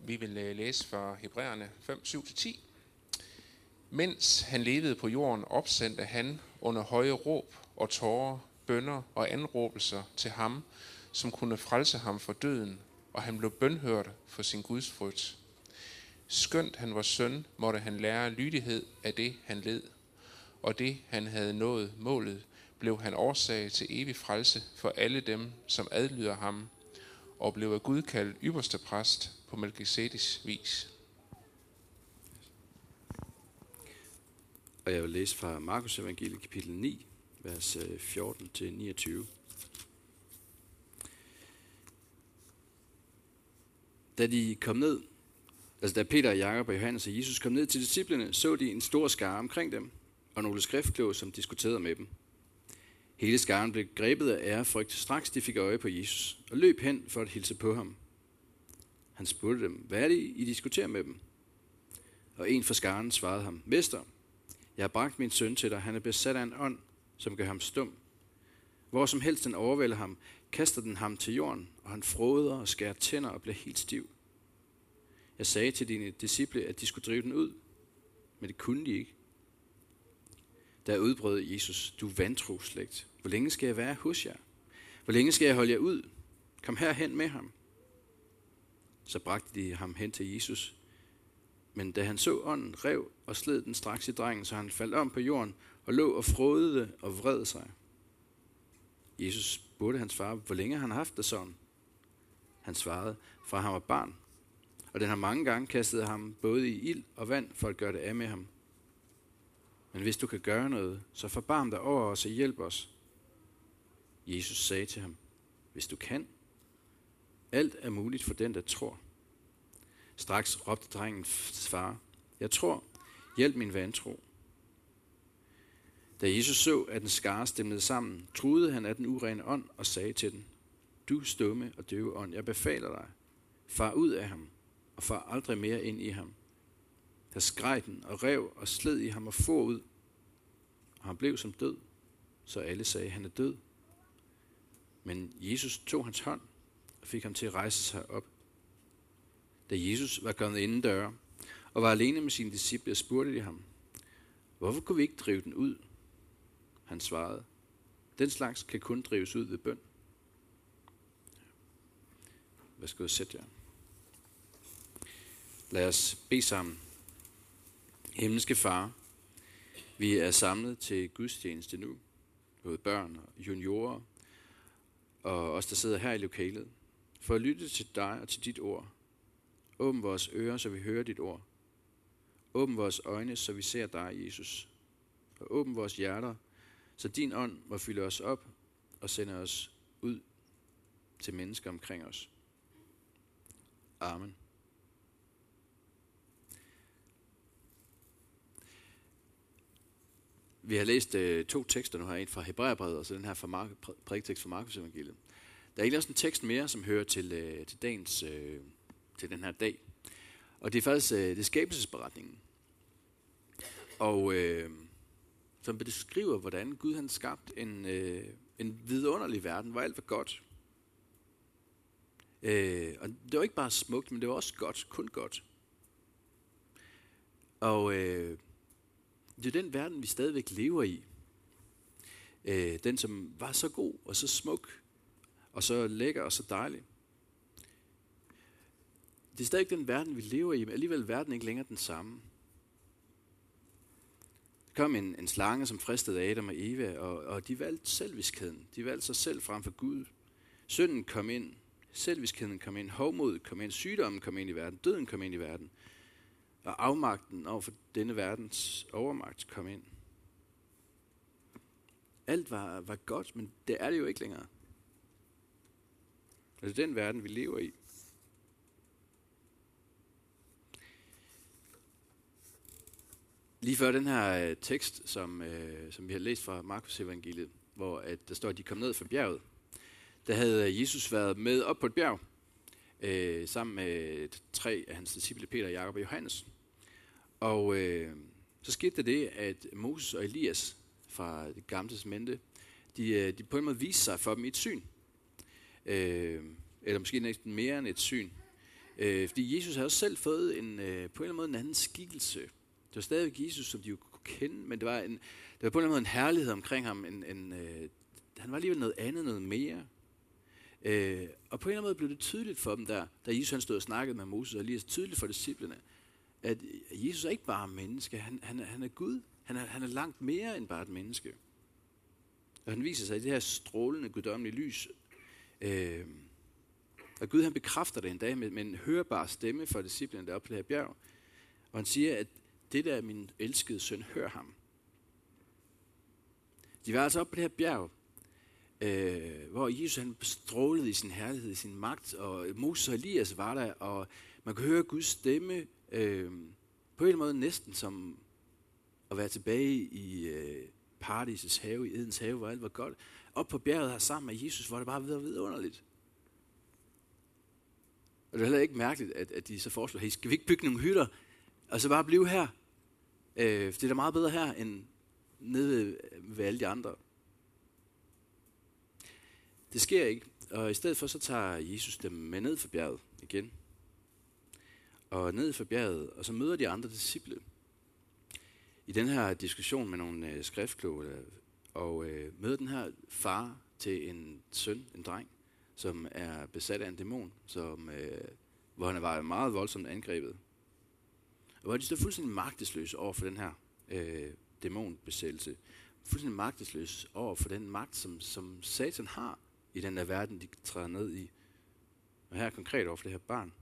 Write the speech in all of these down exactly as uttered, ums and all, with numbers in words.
Vi vil læse fra Hebræerne fem, syv til ti. Mens han levede på jorden, opsendte han under høje råb og tårer, bønner og anråbelser til ham, som kunne frelse ham fra døden, og han blev bønhørt for sin Guds frygt. Skønt han var søn, måtte han lære lydighed af det, han led, og det, han havde nået målet, blev han årsag til evig frelse for alle dem, som adlyder ham, og blev af Gud kaldt ypperste præst på Melkisedeks vis. Og jeg vil læse fra Markus evangeliet kapitel ni, vers fjorten til niogtyve. Da de kom ned, altså da Peter, Jakob og Johannes og Jesus kom ned til disciplene, så de en stor skare omkring dem, og nogle skriftkloge, som diskuterede med dem. Hele skaren blev grebet af ærefrygt, straks de fik øje på Jesus, og løb hen for at hilse på ham. Han spurgte dem, hvad er det, I diskuterer med dem? Og en fra skaren svarede ham, Mester, jeg har bragt min søn til dig, han er besat af en ånd, som gør ham stum. Hvor som helst den overvælder ham, kaster den ham til jorden, og han fråder og skærer tænder og bliver helt stiv. Jeg sagde til dine disciple, at de skulle drive den ud, men det kunne de ikke. Der udbrød Jesus, du vantro slægt. Hvor længe skal jeg være hos jer? Hvor længe skal jeg holde jer ud? Kom herhen med ham. Så bragte de ham hen til Jesus. Men da han så ånden, rev og sled den straks i drengen, så han faldt om på jorden og lå og frådede og vred sig. Jesus spurgte hans far, hvor længe han har haft det sådan. Han svarede, fra han var barn, og den har mange gange kastet ham både i ild og vand for at gøre det af med ham. Men hvis du kan gøre noget, så forbarm dig over os og hjælp os. Jesus sagde til ham, hvis du kan, alt er muligt for den, der tror. Straks råbte drengens far, jeg tror, hjælp min vantro. Da Jesus så, at den skare stemlede sammen, truede han af den urene ånd og sagde til den, du stumme og døve ånd, jeg befaler dig, far ud af ham, og far aldrig mere ind i ham. Der skreg den og rev og sled i ham og for ud, og han blev som død, så alle sagde, han er død. Men Jesus tog hans hånd og fik ham til at rejse sig op. Da Jesus var kommet indendøre og var alene med sine disciple, spurgte de ham, hvorfor kunne vi ikke drive den ud? Han svarede, den slags kan kun drives ud ved bøn. Værsgo, sæt jer. Lad os bede sammen. Himmelske Far, vi er samlet til gudstjeneste nu, både børn og juniorer, og os, der sidder her i lokalet, for at lytte til dig og til dit ord. Åbn vores ører, så vi hører dit ord. Åbn vores øjne, så vi ser dig, Jesus. Og åbn vores hjerter, så din ånd må fylde os op og sende os ud til mennesker omkring os. Amen. Vi har læst øh, to tekster nu her, en fra Hebræerbrevet og så den her fra Mark, prædiketekst fra Markus evangeliet. Der er egentlig også en tekst mere, som hører til, øh, til, dagens, øh, til den her dag. Og det er faktisk øh, det er skabelsesberetningen. Og øh, som beskriver, hvordan Gud han skabte en, øh, en vidunderlig verden, hvor alt var godt. Øh, og det var ikke bare smukt, men det var også godt, kun godt. Og øh, det er den verden, vi stadigvæk lever i. Øh, den, som var så god og så smuk, og så lækker og så dejlig. Det er stadig den verden, vi lever i, men alligevel er verden ikke længere den samme. Der kom en, en slange, som fristede Adam og Eva, og, og de valgte selviskheden. De valgte sig selv frem for Gud. Synden kom ind, selviskheden kom ind, hovmodet kom ind, sygdommen kom ind i verden, døden kom ind i verden. Og afmagten over for denne verdens overmagt kom ind. Alt var, var godt, men det er det jo ikke længere. Og det er den verden, vi lever i. Lige før den her tekst, som, øh, som vi har læst fra Markus evangeliet, hvor at der står, at de kom ned fra bjerget, der havde Jesus været med op på et bjerg, øh, sammen med tre af hans disciple, Peter, Jakob og Johannes. Og øh, så skete der det, at Moses og Elias fra det gamle testamente, de, de på en måde viste sig for dem i et syn. Øh, eller måske næsten mere end et syn. Øh, fordi Jesus har også selv fået en, øh, på en eller anden måde en anden skikkelse. Det var stadigvæk Jesus, som de jo kunne kende, men det var, en, det var på en eller anden måde en herlighed omkring ham. En, en, øh, han var alligevel noget andet, noget mere. Øh, og på en eller anden måde blev det tydeligt for dem der, da Jesus han stod og snakkede med Moses, og lige så tydeligt for disciplene, at Jesus er ikke bare en menneske, han, han, er, han er Gud. Han er, han er langt mere end bare et menneske. Og han viser sig i det her strålende, guddommelige lys. Øh, og Gud han bekræfter det en dag med, med en hørbar stemme for disciplene deroppe på det her bjerg. Og han siger, at det der er min elskede søn, hør ham. De var altså oppe på det her bjerg, øh, hvor Jesus han bestrålede i sin herlighed, i sin magt, og Moses og Elias var der, og man kunne høre Guds stemme øh, på en måde næsten som at være tilbage i øh, Paradisets have, i Edens have, hvor alt var godt. Op på bjerget her sammen med Jesus, hvor det bare var vidunderligt. Og det er heller ikke mærkeligt, at, at de så foreslår, hey, skal vi ikke bygge nogle hytter, og så bare blive her? Øh, for det er da meget bedre her, end nede ved, ved alle de andre. Det sker ikke, og i stedet for så tager Jesus dem med ned for bjerget igen. Og ned for bjerget, og så møder de andre disciple. I den her diskussion med nogle øh, skriftkloge, og øh, møder den her far til en søn, en dreng, som er besat af en dæmon, som, øh, hvor han var meget voldsomt angrebet. Og hvor de står fuldstændig magtesløse over for den her øh, dæmonbesættelse. Fuldstændig magtesløse over for den magt, som, som Satan har i den der verden, de træder ned i. Og her konkret over for det her barn.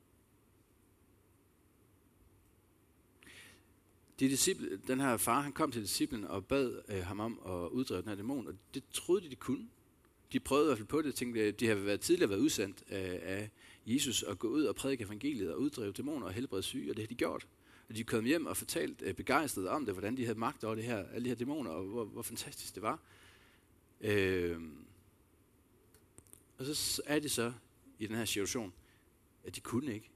De disciple, den her far, han kom til disciplen og bad øh, ham om at uddrive den her dæmon, og det troede de, de kunne. De prøvede i hvert fald på det, tænkte, de havde været tidligere været udsendt øh, af Jesus og gå ud og prædike evangeliet og uddrive dæmoner og helbrede syge, og det har de gjort. Og de kom hjem og fortalt øh, begejstret om det, hvordan de havde magt over det her, alle de her dæmoner, og hvor, hvor fantastisk det var. Øh, og så er det så i den her situation, at de kunne ikke.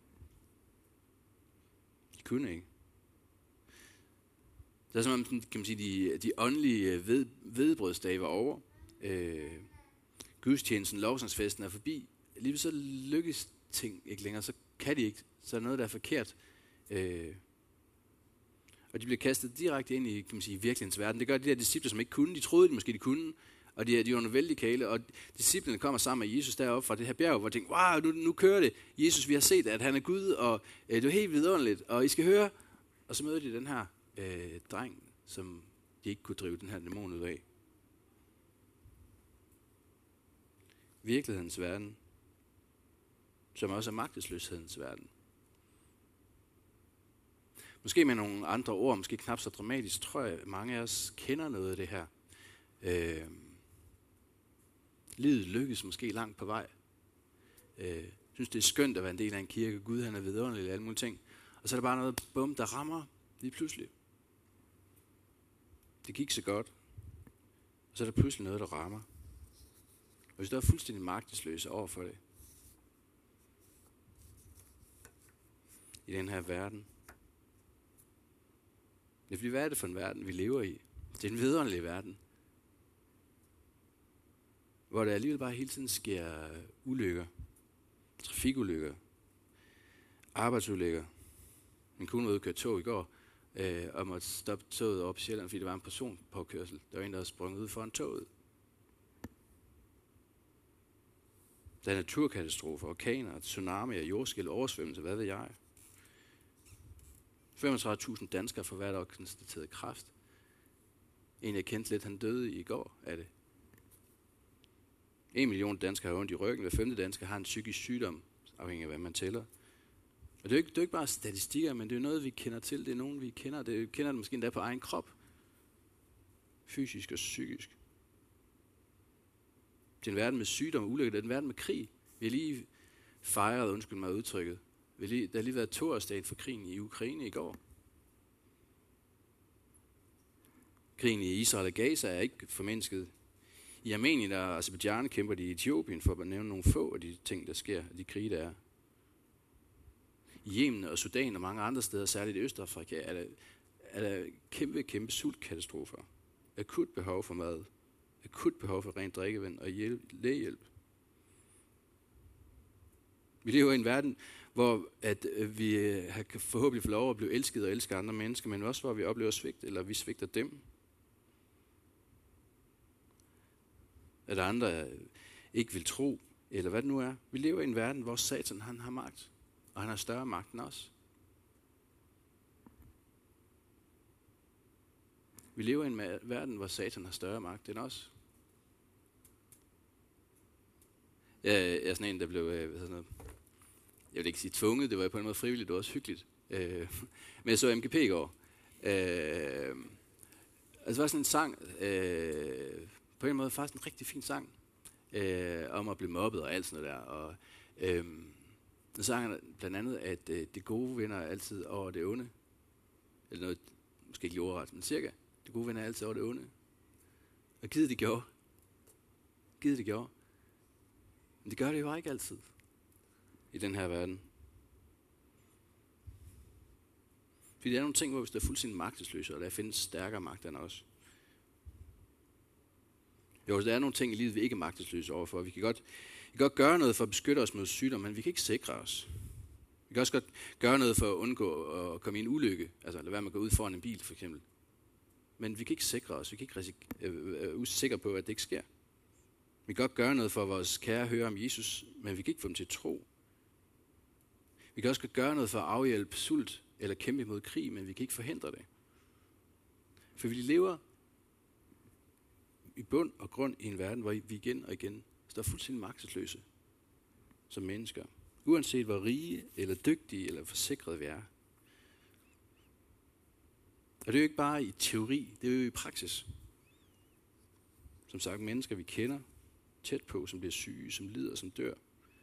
De kunne ikke. Det er som om, kan man sige, de, de åndelige ved, vedbrødsdage var over. Øh, gudstjenesten, lovsangsfesten er forbi. Lige så lykkes ting ikke længere, så kan de ikke. Så er noget, der er forkert. Øh, og de bliver kastet direkte ind i, kan man sige, virkelighedens verden. Det gør de der disciple, som ikke kunne. De troede, de måske de kunne. Og de, de var nogle vældige kæle. Og disciplene kommer sammen med Jesus deroppe fra det her bjerg, hvor de tænker, wow, nu, nu kører det. Jesus, vi har set, at han er Gud, og øh, det er helt vidunderligt. Og I skal høre. Og så møder de den her øh, dreng, som de ikke kunne drive den her dæmon ud af. Virkelighedens verden, som også er magtesløshedens verden. Måske med nogle andre ord, måske knap så dramatisk, tror jeg, at mange af os kender noget af det her. Øh, livet lykkes måske langt på vej. Øh, synes, det er skønt at være en del af en kirke. Gud, han er vidunderlig og alle mulige ting. Og så er der bare noget, bum, der rammer lige pludselig. Det gik så godt. Og så er der pludselig noget, der rammer. Og hvis du er fuldstændig magtesløse over for det. I den her verden. Det er fordi, hvad er det for en verden, vi lever i? Det er en vidunderlig verden. Hvor der alligevel bare hele tiden sker ulykker. Trafikulykker. Arbejdsulykker. Min kone var ude og køre tog i går, øh, og måtte stoppe toget op i Sjælland, fordi der var en personpåkørsel. Der var en, der havde sprunget ud foran toget. Der er naturkatastrofer, orkaner, tsunamier, jordskælv, oversvømmelse, hvad ved jeg. femogtredive tusind danskere får hvert år konstateret kræft. En, jeg kendte lidt, han døde i går af det. En million danskere har ondt i ryggen, hver femte dansker har en psykisk sygdom, afhængig af hvad man tæller. Og det er jo ikke, det er ikke bare statistikker, men det er noget, vi kender til. Det er nogen, vi kender. Det vi kender det måske endda på egen krop. Fysisk og psykisk. Det er en verden med sygdom og ulykke. Det er en verden med krig. Vi har lige fejret, undskyld mig udtrykket. Vi lige, der har lige været toårsdagen for krigen i Ukraine i går. Krigen i Israel og Gaza er ikke formindsket. I Armenien og Aserbajdsjan kæmper de i Etiopien, for at nævne nogle få af de ting, der sker, de krige, der er. I Yemen og Sudan og mange andre steder, særligt i Østafrika, er der, er der kæmpe, kæmpe sultkatastrofer. Akut behov for mad. Akut behov for rent drikkevand og hjælp, lægehjælp. Vi lever i en verden, hvor at øh, vi øh, kan forhåbentlig få lov at blive elsket og elske andre mennesker, men også hvor vi oplever svigt, eller vi svigter dem. At andre ikke vil tro, eller hvad det nu er. Vi lever i en verden, hvor Satan han har magt, og han har større magt end os. Vi lever i en verden, hvor Satan har større magt end os. Jeg er sådan en, der blev, hvad sådan noget, jeg vil ikke sige tvunget, det var på en måde frivilligt, det var også hyggeligt. Øh, men jeg så M G P i går. Øh, altså det var sådan en sang, øh, på en måde faktisk en rigtig fin sang, øh, om at blive mobbet og alt sådan noget der. Og øh, sangen blandt andet, at øh, det gode vinder altid over det onde. Eller noget, måske ikke lige ordret, men cirka. Det gode vinder altid over det onde. Og givet det gjorde. Givet det gjorde. Men det gør det jo ikke altid i den her verden. Fordi der er nogle ting, hvor vi står fuldstændig magtesløse, og der findes stærkere magt end os. Jo, der er nogle ting i livet, vi ikke er magtesløse overfor. Vi kan godt, vi kan godt gøre noget for at beskytte os mod sygdom, men vi kan ikke sikre os. Vi kan også godt gøre noget for at undgå at komme i en ulykke. Altså lade være med at gå ud foran en bil, for eksempel. Men vi kan ikke sikre os. Vi kan ikke risik- øh, usikre på, at det ikke sker. Vi kan godt gøre noget for at vores kære høre om Jesus, men vi kan ikke få dem til at tro. Vi kan også godt gøre noget for at afhjælpe sult eller kæmpe imod krig, men vi kan ikke forhindre det. For vi lever i bund og grund i en verden, hvor vi igen og igen står fuldstændig magtesløse som mennesker. Uanset hvor rige eller dygtige eller forsikrede vi er. Og det er jo ikke bare i teori, det er jo i praksis. Som sagt, mennesker vi kender tæt på, som bliver syge, som lider, som dør.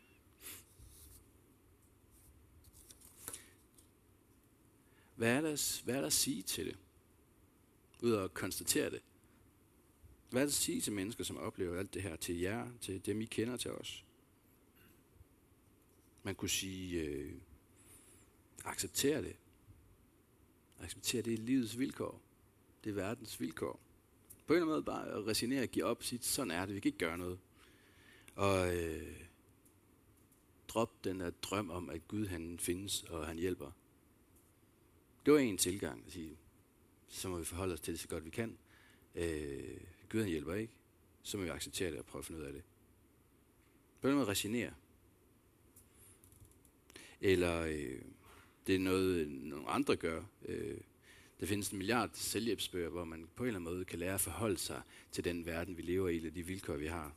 Hvad er der, hvad er der at sige til det? Ud af at konstatere det. Hvad er det at sige til mennesker, som oplever alt det her, til jer, til dem I kender, til os? Man kunne sige, øh, acceptere det. Acceptere det i livets vilkår. Det er verdens vilkår. På en eller anden måde bare at resignere og give op og sige, sådan er det, vi kan ikke gøre noget. Og øh, drop den der drøm om, at Gud han findes, og han hjælper. Det var en tilgang at sige, så må vi forholde os til det så godt vi kan. Øh, Gud han hjælper ikke, så må vi acceptere det og prøve at finde ud af det. På en måde resignere. Eller øh, det er noget, nogle andre gør. Øh, der findes en milliard selvhjælpsbøger, hvor man på en eller anden måde kan lære at forholde sig til den verden, vi lever i, eller de vilkår, vi har.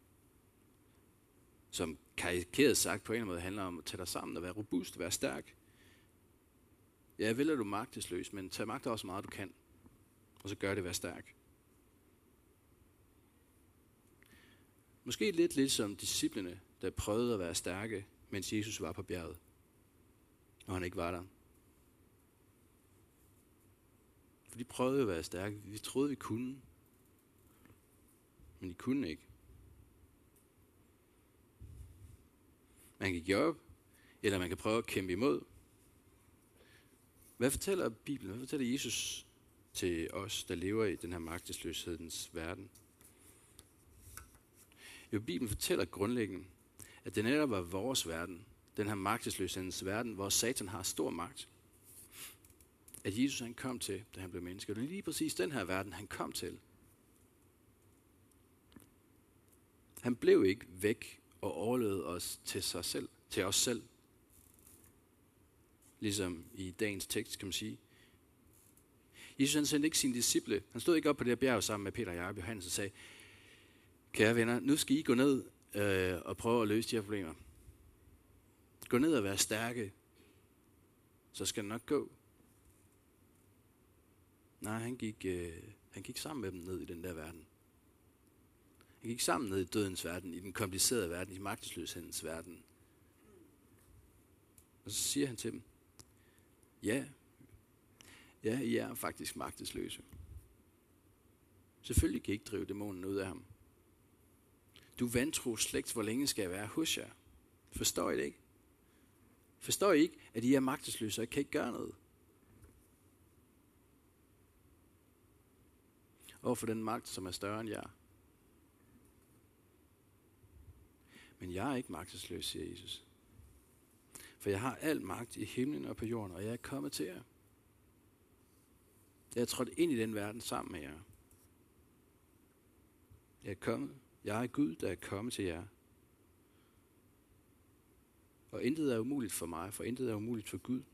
Som karikeret sagt på en eller anden måde handler om at tage dig sammen og være robust og være stærk. Ja, vel er du magtesløs, men tag magt også så meget du kan. Og så gør det, vær stærk. Måske lidt lidt som disciplene, der prøvede at være stærke, mens Jesus var på bjerget. Og han ikke var der. For de prøvede at være stærke. Vi troede, vi kunne. Men de kunne ikke. Man kan give op, eller man kan prøve at kæmpe imod. Hvad fortæller Bibelen? Hvad fortæller Jesus til os, der lever i den her magtesløshedens verden? Jo, Bibelen fortæller grundlæggende, at det netop var vores verden, den her magtesløshedens verden, hvor Satan har stor magt. At Jesus han kom til, da han blev menneske. Og det er lige præcis den her verden, han kom til. Han blev ikke væk og overlod os til sig selv, til os selv. Ligesom i dagens tekst, kan man sige. Jesus han sendte ikke sine disciple. Han stod ikke op på det her bjerg sammen med Peter, Jakob og Johannes og sagde, kære venner, nu skal I gå ned øh, og prøve at løse de her problemer. Gå ned og være stærke, så skal det nok gå. Nej, han gik, øh, han gik sammen med dem ned i den der verden. Han gik sammen ned i dødens verden, i den komplicerede verden, i magtesløshedens verden. Og så siger han til dem, ja, ja, I er faktisk magtesløse. Selvfølgelig kan I ikke drive dæmonen ud af ham. Du vantro slægt, hvor længe skal jeg være hos jer? Forstår I det ikke? Forstår I ikke, at I er magtesløse, og I kan ikke gøre noget? Overfor den magt, som er større end jer. Men jeg er ikke magtesløs, siger Jesus. For jeg har al magt i himlen og på jorden, og jeg er kommet til jer. Jeg er trådt ind i den verden sammen med jer. Jeg er kommet. Jeg er Gud, der er kommet til jer. Og intet er umuligt for mig, for intet er umuligt for Gud.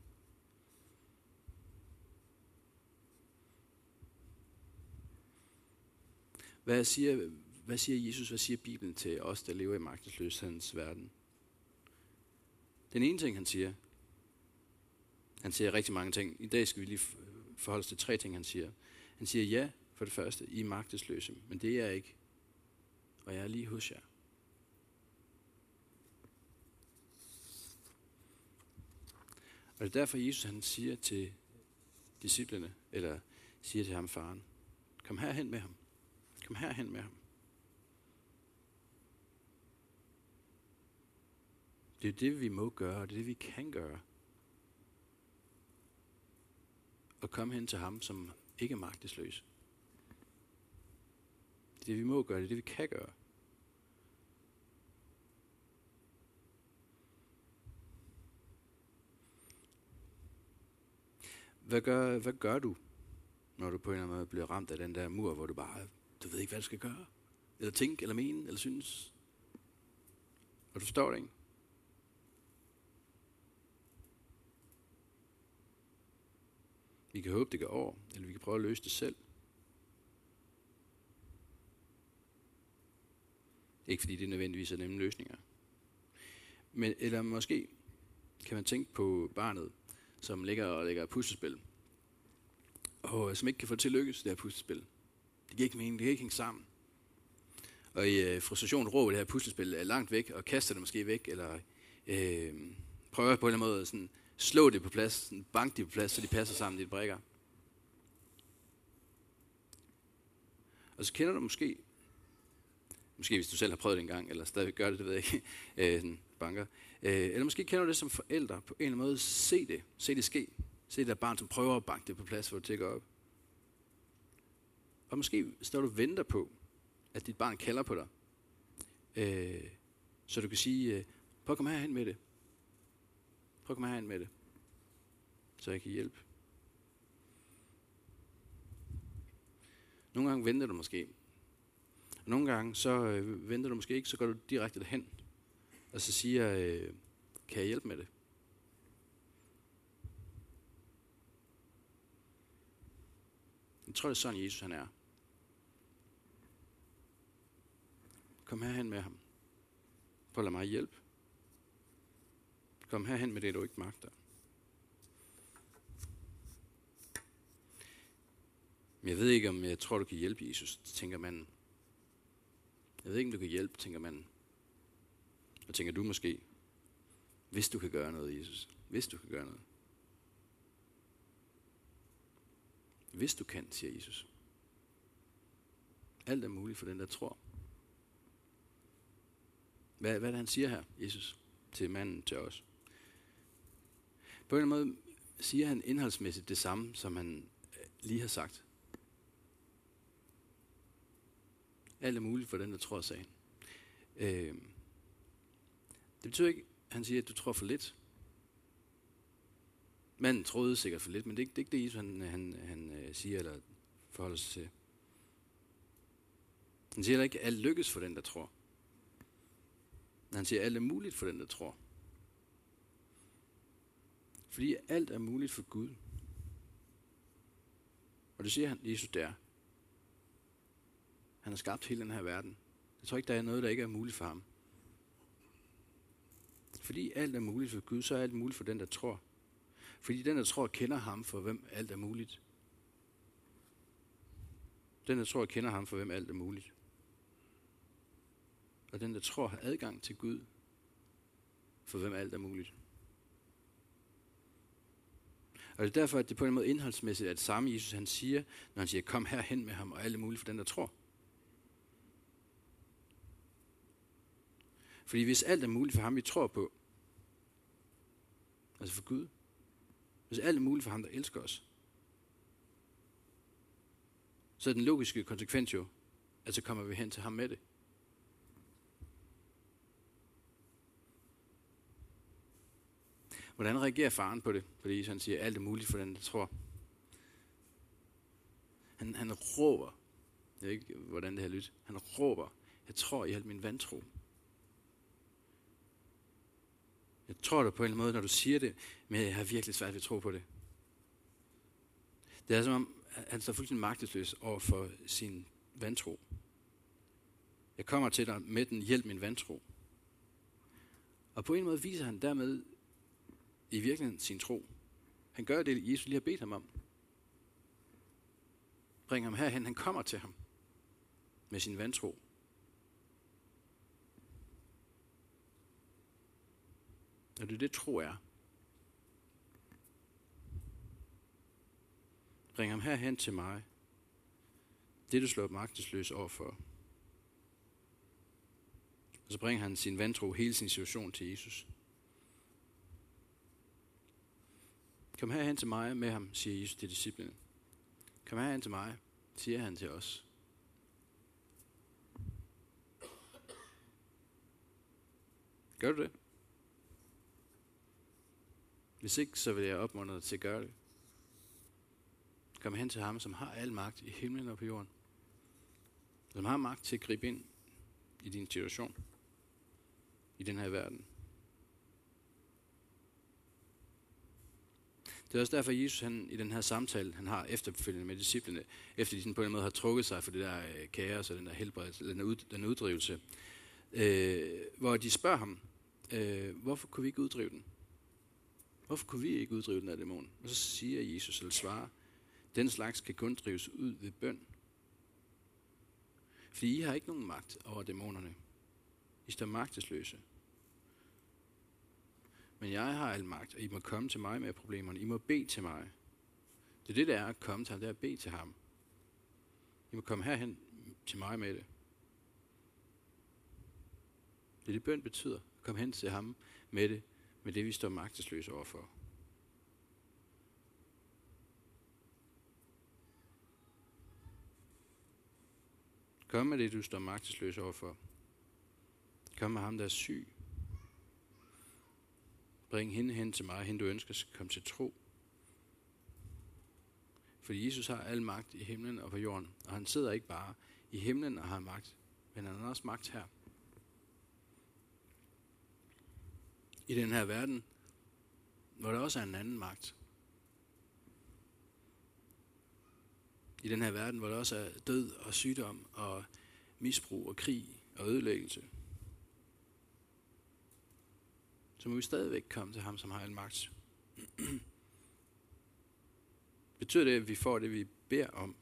Hvad siger, hvad siger Jesus, hvad siger Bibelen til os, der lever i magtesløshedens verden? Den ene ting, han siger, han siger rigtig mange ting. I dag skal vi lige forholde os til tre ting, han siger. Han siger ja, for det første, I er magtesløse, men det er jeg ikke. Og jeg er lige hos jer. Og det er derfor, Jesus han siger til disciplene, eller siger til ham faren, kom herhen med ham. Kom herhen med ham. Det er det, vi må gøre, og det er det, vi kan gøre. Og komme hen til ham, som ikke er magtesløs. Det er det, vi må gøre, det er det, vi kan gøre. Hvad gør, hvad gør du, når du på en eller anden måde bliver ramt af den der mur, hvor du bare, du ved ikke, hvad du skal gøre? Eller tænke, eller mene, eller synes? Og du forstår det ikke? Vi kan håbe, det går over, eller vi kan prøve at løse det selv. Ikke fordi det nødvendigvis er nemme løsninger. Men, eller måske kan man tænke på barnet, som ligger og lægger puslespil, og som ikke kan få til at lykkes, det her puslespil. Det giver ikke mening, det kan ikke hænge sammen. Og i øh, frustration råber det her puslespil er langt væk, og kaster det måske væk, eller øh, prøver på en eller anden måde sådan slå det på plads, sådan banke det på plads, så de passer sammen, de brikker. Og så kender du måske, måske hvis du selv har prøvet det engang, eller stadig gør det, det ved jeg ikke, øh, sådan banker. Øh, eller måske kender du det som forældre på en eller anden måde, se det, se det ske. Se det der barn, som prøver at banke det på plads, hvor det tækker op. Og måske står du og venter på, at dit barn kalder på dig. Øh, så du kan sige, øh, prøv at komme herhen med det. Prøv at komme herhen med det. Så jeg kan hjælpe. Nogle gange venter du måske. Og nogle gange så øh, venter du måske ikke, så går du direkte derhen. Og så siger, øh, kan jeg hjælpe med det? Jeg tror, det er sådan, Jesus han er. Kom herhen med ham. Prøv at lade mig hjælpe. Kom herhen med det, du ikke magter. Men jeg ved ikke, om jeg tror, du kan hjælpe Jesus, tænker manden. Jeg ved ikke, om du kan hjælpe, tænker manden. Og tænker du måske, hvis du kan gøre noget, Jesus. Hvis du kan gøre noget. Hvis du kan, siger Jesus. Alt er muligt for den, der tror. Hvad, hvad er det, han siger her, Jesus, til manden, til os? På en måde siger han indholdsmæssigt det samme, som han lige har sagt. Alt er muligt for den, der tror, sagde han. Øh, det betyder ikke, at han siger, at du tror for lidt. Manden troede sikkert for lidt, men det er ikke det, er ikke det Jesus han, han, han siger eller forholder sig til. Han siger heller ikke, at alt lykkes for den, der tror. Han siger, at alt er muligt for den, der tror. Fordi alt er muligt for Gud. Og det siger han, Jesus der. Han har skabt hele den her verden. Jeg tror ikke, der er noget, der ikke er muligt for ham. Fordi alt er muligt for Gud, så er alt muligt for den, der tror. Fordi den, der tror, kender ham, for hvem alt er muligt. Den, der tror, kender ham, for hvem alt er muligt. Og den, der tror, har adgang til Gud, for hvem alt er muligt. Og det er derfor, at det på en måde indholdsmæssigt er det samme, Jesus han siger, når han siger, kom herhen med ham, og alt er muligt for den, der tror. Fordi hvis alt er muligt for ham, vi tror på, altså for Gud, hvis alt er muligt for ham, der elsker os, så er den logiske konsekvens jo, at så kommer vi hen til ham med det. Hvordan reagerer faren på det? Fordi han siger, alt er muligt for den, der tror. Han, han råber. Jeg ved ikke, hvordan det her lyder. Han råber, jeg tror i alt min vantro. Jeg tror det på en eller anden måde, når du siger det, men jeg har virkelig svært ved at tro på det. Det er som om, han står fuldstændig magtesløs over for sin vantro. Jeg kommer til dig med den, hjælp min vantro. Og på en måde viser han dermed i virkeligheden sin tro. Han gør det, Jesus lige har bedt ham om. Bring ham herhen, han kommer til ham med sin vantro. Og det er det, tro er. Bring ham herhen til mig. Det du slår magtesløs over for. Og så bringer han sin vantro, hele sin situation til Jesus. Kom herhen til mig med ham, siger Jesus til disciplene. Kom herhen til mig, siger han til os. Gør du det? Hvis ikke, så vil jeg opmuntre dig til at gøre det. Kom hen til ham, som har al magt i himlen og på jorden. Som har magt til at gribe ind i din situation. I den her verden. Det er også derfor, Jesus han, i den her samtale, han har efterfølgende med disciplene, efter de sådan på en måde har trukket sig for det der øh, kaos og den der helbredelse, den, ud, den uddrivelse, øh, hvor de spørger ham, øh, hvorfor kunne vi ikke uddrive den? Hvorfor kunne vi ikke uddrive den af dæmonen? Og så siger Jesus, eller svarer, den slags kan kun drives ud ved bøn. Fordi I har ikke nogen magt over dæmonerne. I står magtesløse. Men jeg har al magt, og I må komme til mig med problemerne. I må bede til mig. Det er det, der er at komme til ham, det er at bede til ham. I må komme herhen til mig med det. Det er det, bøn betyder. Kom hen til ham med det, med det vi står magtesløse overfor. Kom med det, du står magtesløs overfor. Kom med ham, der er syg. Bring hende hen til mig, hende du ønsker skal komme til tro. Fordi Jesus har al magt i himlen og på jorden. Og han sidder ikke bare i himlen og har magt, men han har også magt her. I den her verden, hvor der også er en anden magt. I den her verden, hvor der også er død og sygdom og misbrug og krig og ødelæggelse. Så må vi stadigvæk komme til ham, som har al magt. Betyder det, at vi får det, vi beder om?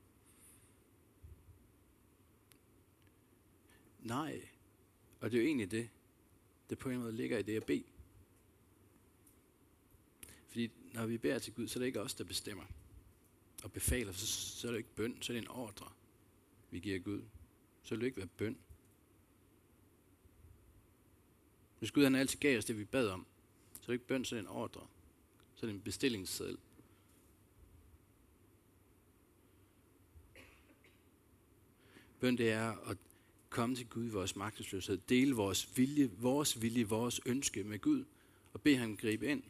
Nej. Og det er jo egentlig det, det på en måde ligger i det at bede. Fordi når vi beder til Gud, så er det ikke os, der bestemmer og befaler, så, så er det ikke bøn, så er det en ordre, vi giver Gud. Så vil det ikke være bøn. Hvis Gud han altid gav os det, vi bad om, så er det ikke bøn, så er det en ordre. Så er det en bestillingsseddel. Bøn det er at komme til Gud i vores magtesløshed, dele vores vilje, vores vilje, vores ønske med Gud, og bede ham gribe ind.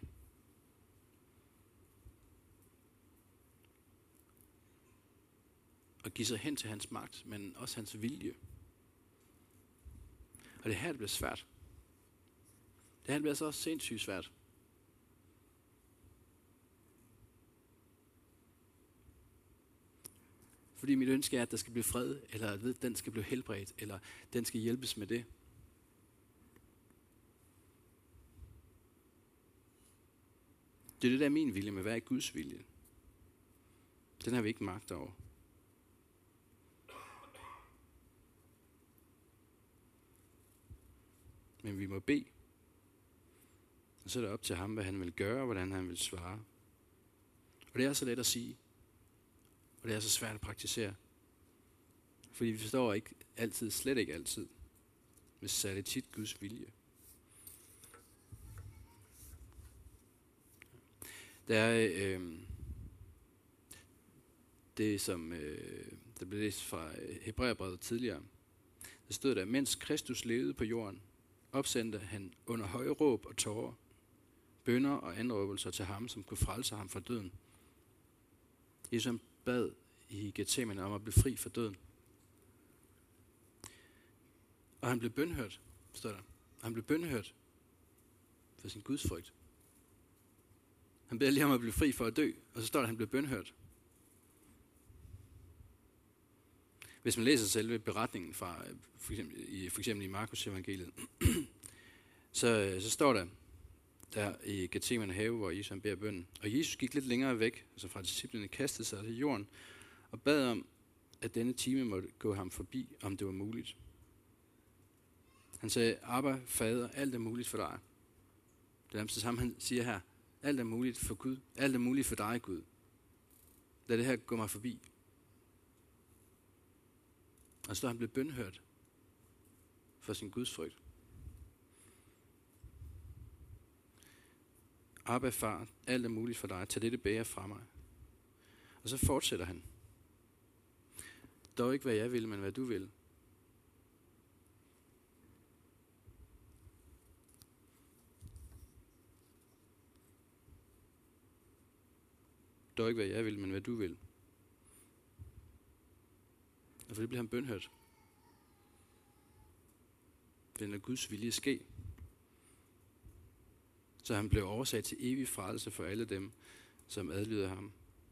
Og give sig hen til hans magt, men også hans vilje. Og det her, det bliver svært. Det her bliver så også sindssygt svært. Fordi mit ønske er, at der skal blive fred, eller at den skal blive helbredt, eller den skal hjælpes med det. Det er det der min vilje, men hvad er Guds vilje? Den har vi ikke magt over. Men vi må bede. Og så er det op til ham, hvad han vil gøre, og hvordan han vil svare. Og det er så let at sige. Og det er så svært at praktisere. Fordi vi forstår ikke altid, slet ikke altid, men særligt tit Guds vilje. Der er øh, det, som øh, der blev læst fra Hebræerbrevet tidligere. Der stod der, mens Kristus levede på jorden, opsendte han under høje råb og tårer bønner og anråbelser til ham, som kunne frelse ham fra døden. Jesus bad i Getsemane om at blive fri fra døden. Og han blev bønhørt, står der. Han blev bønhørt for sin gudsfrygt. Han beder lige om at blive fri for at dø, og så står der, at han blev bønhørt. Hvis man læser selve beretningen fra, for eksempel i, for eksempel i Markus evangeliet, så, så står der, der i Getsemane have, hvor Jesus han beder bønnen. Og Jesus gik lidt længere væk, altså fra disciplene, kastede sig til jorden, og bad om, at denne time måtte gå ham forbi, om det var muligt. Han sagde, Abba, Fader, alt er muligt for dig. Det er nærmest det samme, han siger her. Alt er muligt for Gud. Alt er muligt for dig, Gud. Lad det her gå mig forbi. Og så han blev bønhørt for sin gudsfrygt. Abba, far, alt er muligt for dig. Tag dette bæger fra mig. Og så fortsætter han. Dog ikke hvad jeg vil, men hvad du vil. Dog ikke hvad jeg vil, men hvad du vil. Og for det bliver han bønhørt. Det er Guds vilje ske. Så han blev årsag til evig frelse for alle dem, som adlyder ham.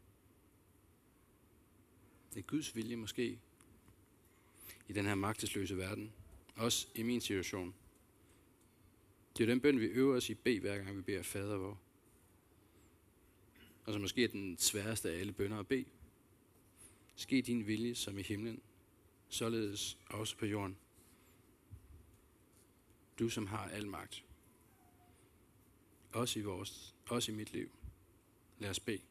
Det er Guds vilje måske i den her magtesløse verden. Også i min situation. Det er den bøn, vi øver os i bed, hver gang vi beder Fader vor. Og så måske er den sværeste af alle bønner at bede. Ske din vilje som i himlen, således også på jorden. Du som har al magt. Også i vores, også i mit liv. Lad os bede.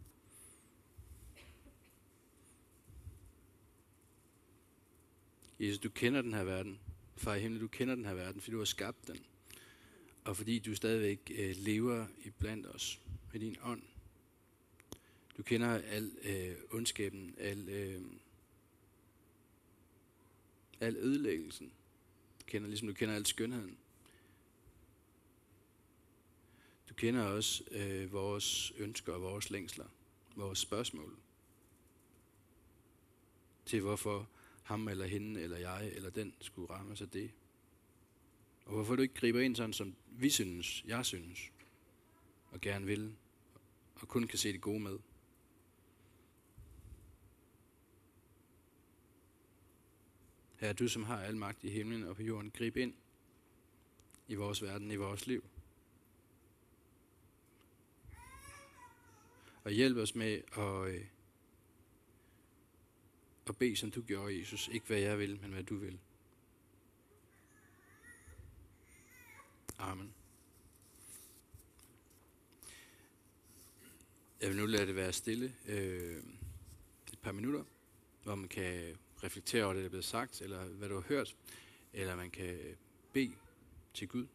Jesus, du kender den her verden. Far i himlen, du kender den her verden, fordi du har skabt den. Og fordi du stadigvæk øh, lever i blandt os med din ånd. Du kender al øh, ondskaben, al, øh, al ødelæggelsen. Du kender, ligesom du kender al skønheden. Du kender også øh, vores ønsker og vores længsler, vores spørgsmål. Til hvorfor ham eller hende eller jeg eller den skulle ramme sig det. Og hvorfor du ikke griber ind sådan, som vi synes, jeg synes, og gerne vil, og kun kan se det gode med. Herre, du som har al magt i himlen og på jorden, grib ind i vores verden, i vores liv. Og hjælp os med at, øh, at bede, som du gjorde, Jesus. Ikke hvad jeg vil, men hvad du vil. Amen. Jeg vil nu lade det være stille øh, et par minutter, hvor man kan reflektere over det, der er blevet sagt, eller hvad du har hørt, eller man kan bede til Gud.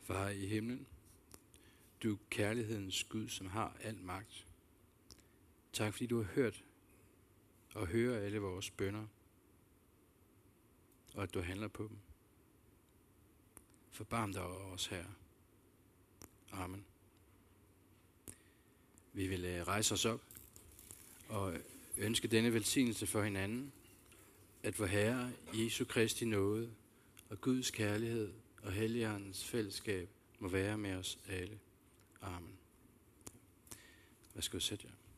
Far i himlen, du er kærlighedens Gud, som har al magt. Tak fordi du har hørt og hører alle vores bønner, og at du handler på dem. Forbarm dig over os, Herre. Amen. Vi vil rejse os op og ønske denne velsignelse for hinanden, at vor Herre Jesu Kristi nåde og Guds kærlighed og Helligåndens fællesskab må være med os alle. Amen. Værsgo, sæt jer.